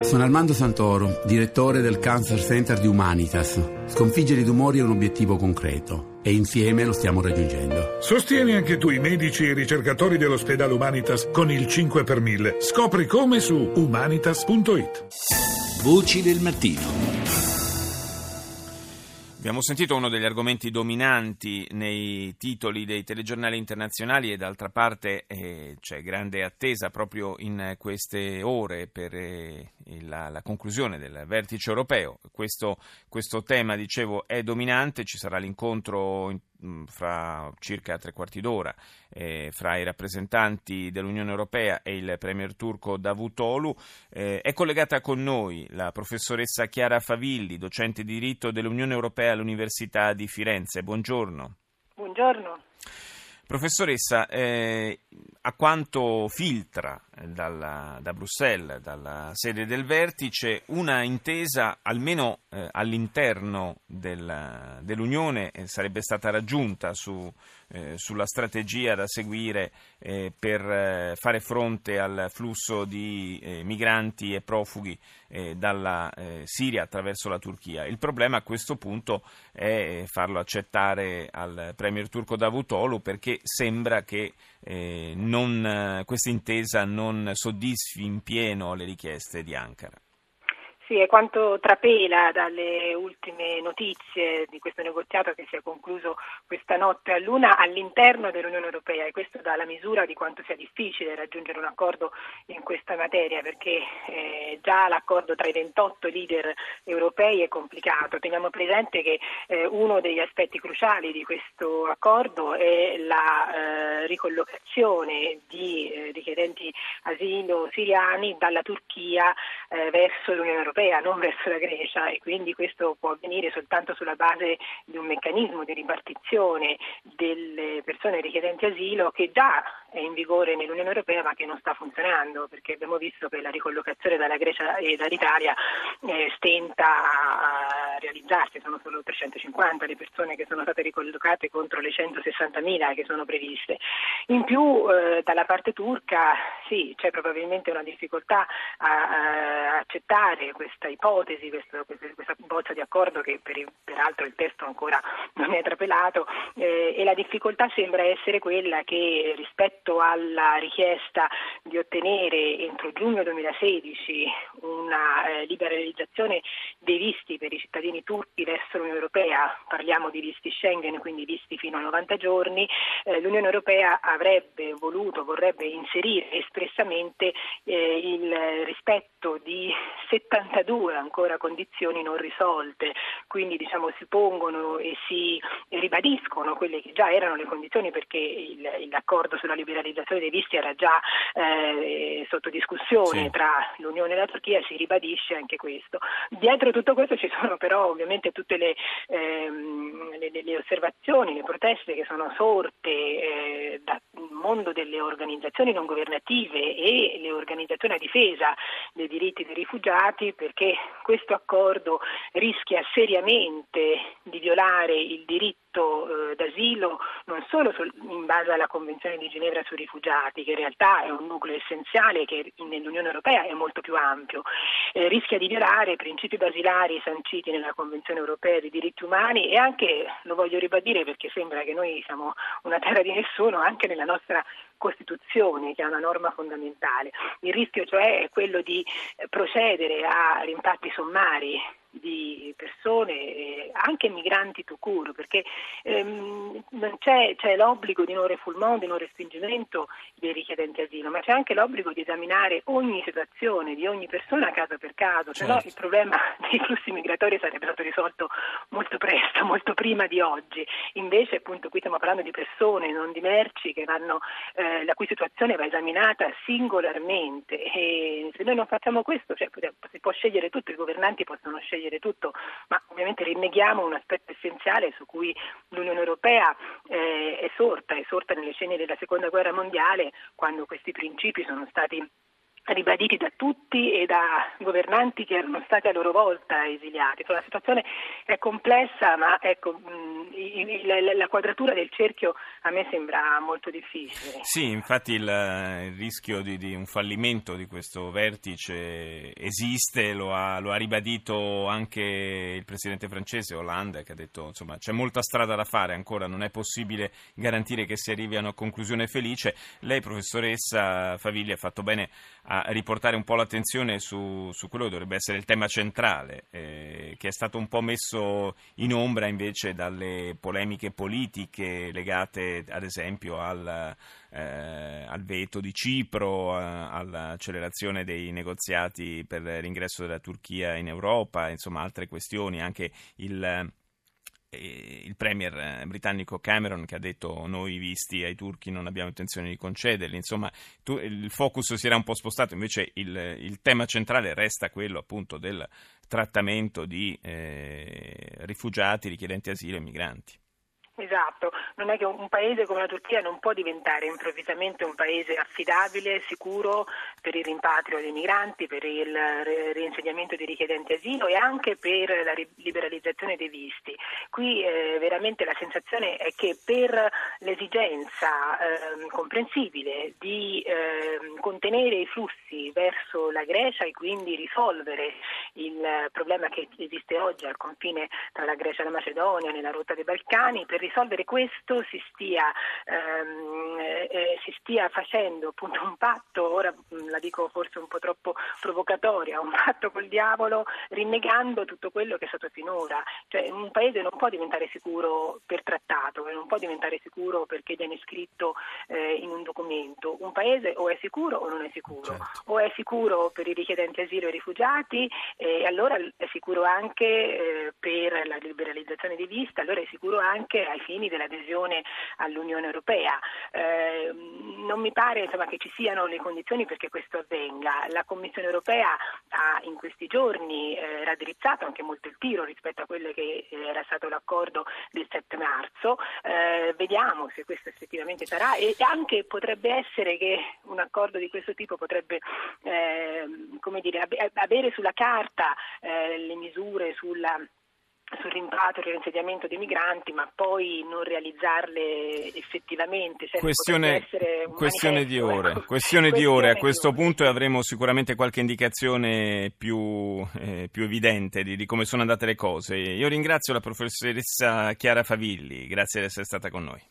Sono Armando Santoro, direttore del Cancer Center di Humanitas. Sconfiggere i tumori è un obiettivo concreto e insieme lo stiamo raggiungendo. Sostieni anche tu i medici e i ricercatori dell'ospedale Humanitas con il 5 per 1000. Scopri come su humanitas.it. Voci del mattino. Abbiamo sentito uno degli argomenti dominanti nei titoli dei telegiornali internazionali e d'altra parte c'è grande attesa proprio in queste ore per la conclusione del vertice europeo. Questo tema, dicevo, è dominante, ci sarà l'incontro fra circa 3/4 d'ora fra i rappresentanti dell'Unione Europea e il premier turco Davutoglu. È collegata con noi la professoressa Chiara Favilli, docente di diritto dell'Unione Europea all'Università di Firenze. Buongiorno. Buongiorno. Professoressa, a quanto filtra da Bruxelles, dalla sede del vertice, una intesa almeno all'interno dell'Unione sarebbe stata raggiunta sulla strategia da seguire per fare fronte al flusso di migranti e profughi dalla Siria attraverso la Turchia. Il problema a questo punto è farlo accettare al premier turco Davutoglu, perché sembra che questa intesa non soddisfi in pieno le richieste di Ankara. Sì, è quanto trapela dalle ultime notizie di questo negoziato che si è concluso questa notte all'una all'interno dell'Unione Europea, e questo dà la misura di quanto sia difficile raggiungere un accordo in questa materia, perché già l'accordo tra i 28 leader europei è complicato. Teniamo presente che uno degli aspetti cruciali di questo accordo è la ricollocazione di richiedenti asilo siriani dalla Turchia verso l'Unione Europea, non verso la Grecia, e quindi questo può avvenire soltanto sulla base di un meccanismo di ripartizione delle persone richiedenti asilo che già è in vigore nell'Unione Europea ma che non sta funzionando, perché abbiamo visto che la ricollocazione dalla Grecia e dall'Italia stenta a realizzarsi. Sono solo 350 le persone che sono state ricollocate contro le 160.000 che sono previste. In più dalla parte turca sì, c'è probabilmente una difficoltà a accettare questa ipotesi, questa bozza di accordo, che peraltro il testo ancora non è trapelato, e la difficoltà sembra essere quella che rispetto alla richiesta di ottenere entro giugno 2016 una liberalizzazione dei visti per i cittadini turchi verso l'Unione Europea, parliamo di visti Schengen, quindi visti fino a 90 giorni, l'Unione Europea vorrebbe inserire espressamente il rispetto di 72 ancora condizioni non risolte, quindi si pongono e si ribadiscono quelle che già erano le condizioni, perché l'accordo sulla liberalizzazione dei visti era già sotto discussione tra l'Unione e la Turchia, si ribadisce anche questo. Dietro tutto questo ci sono però ovviamente tutte le osservazioni, le proteste che sono sorte dal mondo delle organizzazioni non governative e le organizzazioni a difesa dei diritti dei rifugiati, perché questo accordo rischia seriamente di violare il diritto d'asilo non solo in base alla Convenzione di Ginevra sui rifugiati, che in realtà è un nucleo essenziale che nell'Unione Europea è molto più ampio, rischia di violare i principi basilari sanciti nella Convenzione Europea dei diritti umani, e anche, lo voglio ribadire perché sembra che noi siamo una terra di nessuno, anche nella nostra Costituzione, che è una norma fondamentale. Il rischio cioè è quello di procedere a rimpatri sommari di persone, anche migranti tout court, perché c'è l'obbligo di non refoulement, di non respingimento dei richiedenti asilo, ma c'è anche l'obbligo di esaminare ogni situazione di ogni persona caso per caso, se no il problema dei flussi migratori sarebbe stato risolto molto presto, molto prima di oggi. Invece appunto qui stiamo parlando di persone, non di merci, che la cui situazione va esaminata singolarmente, e se noi non facciamo questo, si può scegliere tutto, i governanti possono scegliere tutto, ma ovviamente rinneghiamo un aspetto essenziale su cui l'Unione Europea è sorta nelle scene della Seconda Guerra Mondiale, quando questi principi sono stati ribaditi da tutti e da governanti che erano stati a loro volta esiliati. La situazione è complessa, ma la quadratura del cerchio a me sembra molto difficile. Sì, infatti il rischio di un fallimento di questo vertice esiste, lo ha ribadito anche il presidente francese Hollande, che ha detto insomma c'è molta strada da fare ancora, non è possibile garantire che si arrivi a una conclusione felice. Lei, professoressa Favilli, ha fatto bene a riportare un po' l'attenzione su quello che dovrebbe essere il tema centrale, che è stato un po' messo in ombra invece dalle polemiche politiche legate ad esempio al veto di Cipro, all'accelerazione dei negoziati per l'ingresso della Turchia in Europa, insomma altre questioni, anche il premier britannico Cameron che ha detto noi visti ai turchi non abbiamo intenzione di concederli, insomma il focus si era un po' spostato, invece il tema centrale resta quello appunto del trattamento di rifugiati, richiedenti asilo e migranti. Esatto, non è che un paese come la Turchia non può diventare improvvisamente un paese affidabile, sicuro per il rimpatrio dei migranti, per il reinsediamento dei richiedenti asilo e anche per la liberalizzazione dei visti. Qui veramente la sensazione è che per l'esigenza comprensibile di contenere i flussi verso la Grecia e quindi risolvere il problema che esiste oggi al confine tra la Grecia e la Macedonia, nella rotta dei Balcani, per risolvere questo si stia facendo appunto un patto, ora la dico forse un po' troppo provocatoria, un patto col diavolo, rinnegando tutto quello che è stato finora. Cioè un paese non può diventare sicuro per trattato, non può diventare sicuro perché viene scritto in un documento. Un paese o è sicuro o non è sicuro, certo. O è sicuro per i richiedenti asilo e i rifugiati, e allora è sicuro anche per la liberalizzazione dei visti, allora è sicuro anche ai fini dell'adesione all'Unione Europea. Non mi pare che ci siano le condizioni perché questo avvenga. La Commissione Europea ha in questi giorni raddrizzato anche molto il tiro rispetto a quello che era stato l'accordo del 7 marzo. Vediamo se questo effettivamente sarà, e anche potrebbe essere che un accordo di questo tipo potrebbe avere sulla carta le misure sul rimpatrio e il reinsediamento dei migranti, ma poi non realizzarle effettivamente. Questione di ore a questo punto, e avremo sicuramente qualche indicazione più evidente di come sono andate le cose. Io ringrazio la professoressa Chiara Favilli, grazie di essere stata con noi.